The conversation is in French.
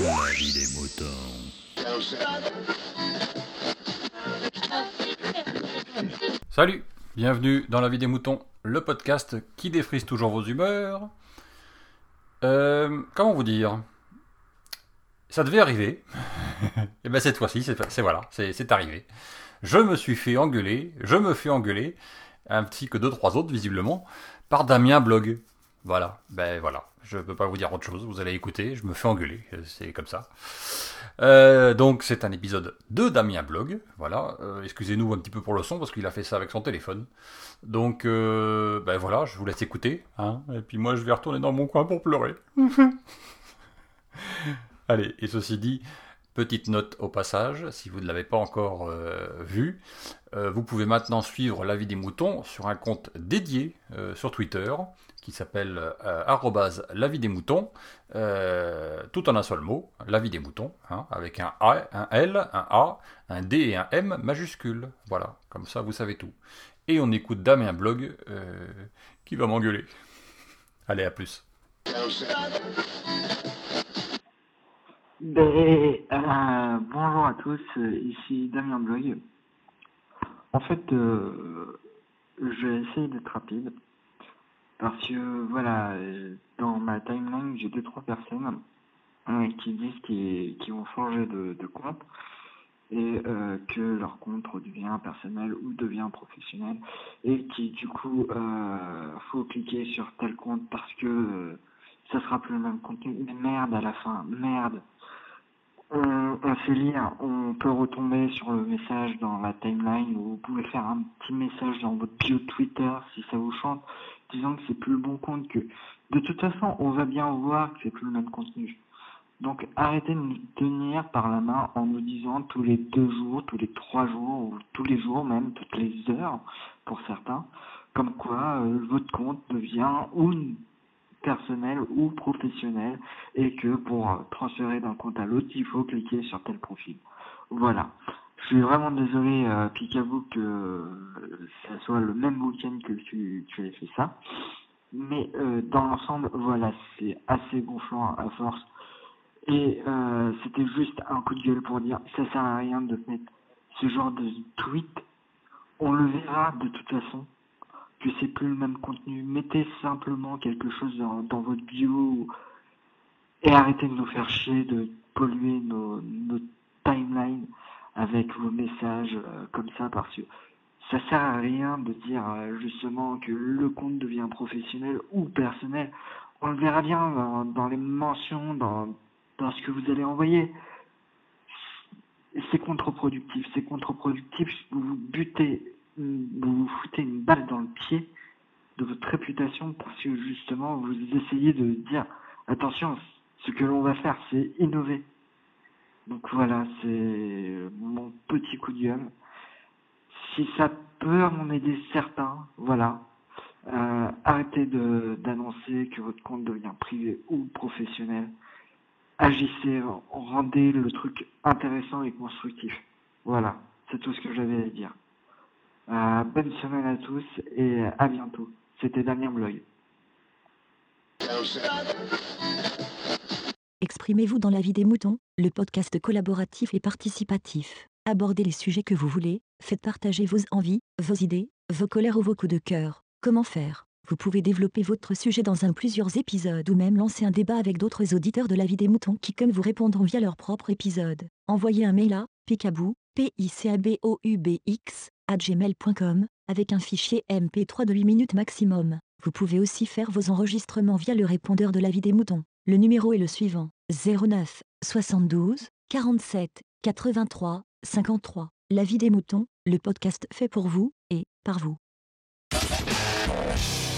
La vie des moutons. Salut, bienvenue dans La vie des moutons, le podcast qui défrise toujours vos humeurs. Comment vous dire ? Ça devait arriver. Et ben cette fois-ci, c'est arrivé. Je me fais engueuler, ainsi que 2-3 autres visiblement, par Damien Blog. Voilà, je peux pas vous dire autre chose, vous allez écouter, je me fais engueuler, c'est comme ça. Donc c'est un épisode de Damien Blog, voilà, excusez-nous un petit peu pour le son, parce qu'il a fait ça avec son téléphone. Donc voilà, je vous laisse écouter, hein, et puis moi je vais retourner dans mon coin pour pleurer. Allez, et ceci dit, petite note au passage, si vous ne l'avez pas encore vu, vous pouvez maintenant suivre La vie des moutons sur un compte dédié sur Twitter, qui s'appelle @la vie des moutons, tout en un seul mot, La vie des moutons, hein, avec un A, un L, un A, un D et un M majuscule. Voilà, comme ça vous savez tout. Et on écoute Damien Blog qui va m'engueuler. Allez, à plus. Bonjour à tous, ici Damien Blog. En fait, je vais essayer d'être rapide parce que voilà, dans ma timeline, j'ai 2-3 personnes qui disent qu'ils vont changer de compte et que leur compte redevient personnel ou devient professionnel et qui du coup faut cliquer sur tel compte parce que ça sera plus le même contenu. Mais merde à la fin, merde. On sait lire, on peut retomber sur le message dans la timeline ou vous pouvez faire un petit message dans votre bio Twitter si ça vous chante, disant que c'est plus le bon compte, que de toute façon on va bien voir que c'est plus le même contenu. Donc arrêtez de nous tenir par la main en nous disant tous les 2 jours, tous les 3 jours ou tous les jours même, toutes les heures pour certains, comme quoi votre compte devient personnel ou professionnel et que pour transférer d'un compte à l'autre, il faut cliquer sur tel profil. Voilà. Je suis vraiment désolé, Picaboo, que ça soit le même week-end que tu aies fait ça. Mais dans l'ensemble, voilà, c'est assez gonflant à force. Et c'était juste un coup de gueule pour dire, ça sert à rien de mettre ce genre de tweet. On le verra de toute façon que c'est plus le même contenu. Mettez simplement quelque chose dans votre bio et arrêtez de nous faire chier, de polluer nos timelines avec vos messages comme ça, parce que ça sert à rien de dire justement que le compte devient professionnel ou personnel. On le verra bien dans les mentions, dans ce que vous allez envoyer. C'est contre-productif, vous vous foutez une balle dans le pied de votre réputation parce que justement vous essayez de dire attention, ce que l'on va faire c'est innover. Donc voilà, c'est mon petit coup de gueule. Si ça peut en aider certains, voilà, arrêtez d'annoncer que votre compte devient privé ou professionnel. Agissez, rendez le truc intéressant et constructif. Voilà, c'est tout ce que j'avais à dire. Bonne semaine à tous et à bientôt. C'était Damien Blog. Exprimez-vous dans La vie des moutons, le podcast collaboratif et participatif. Abordez les sujets que vous voulez, faites partager vos envies, vos idées, vos colères ou vos coups de cœur. Comment faire ? Vous pouvez développer votre sujet dans plusieurs épisodes ou même lancer un débat avec d'autres auditeurs de La vie des moutons qui comme vous répondront via leur propre épisode. Envoyez un mail à picaboo, PICABOUBX, @gmail.com, avec un fichier MP3 de 8 minutes maximum. Vous pouvez aussi faire vos enregistrements via le répondeur de La vie des moutons. Le numéro est le suivant, 09 72 47 83 53. La vie des moutons, le podcast fait pour vous et par vous.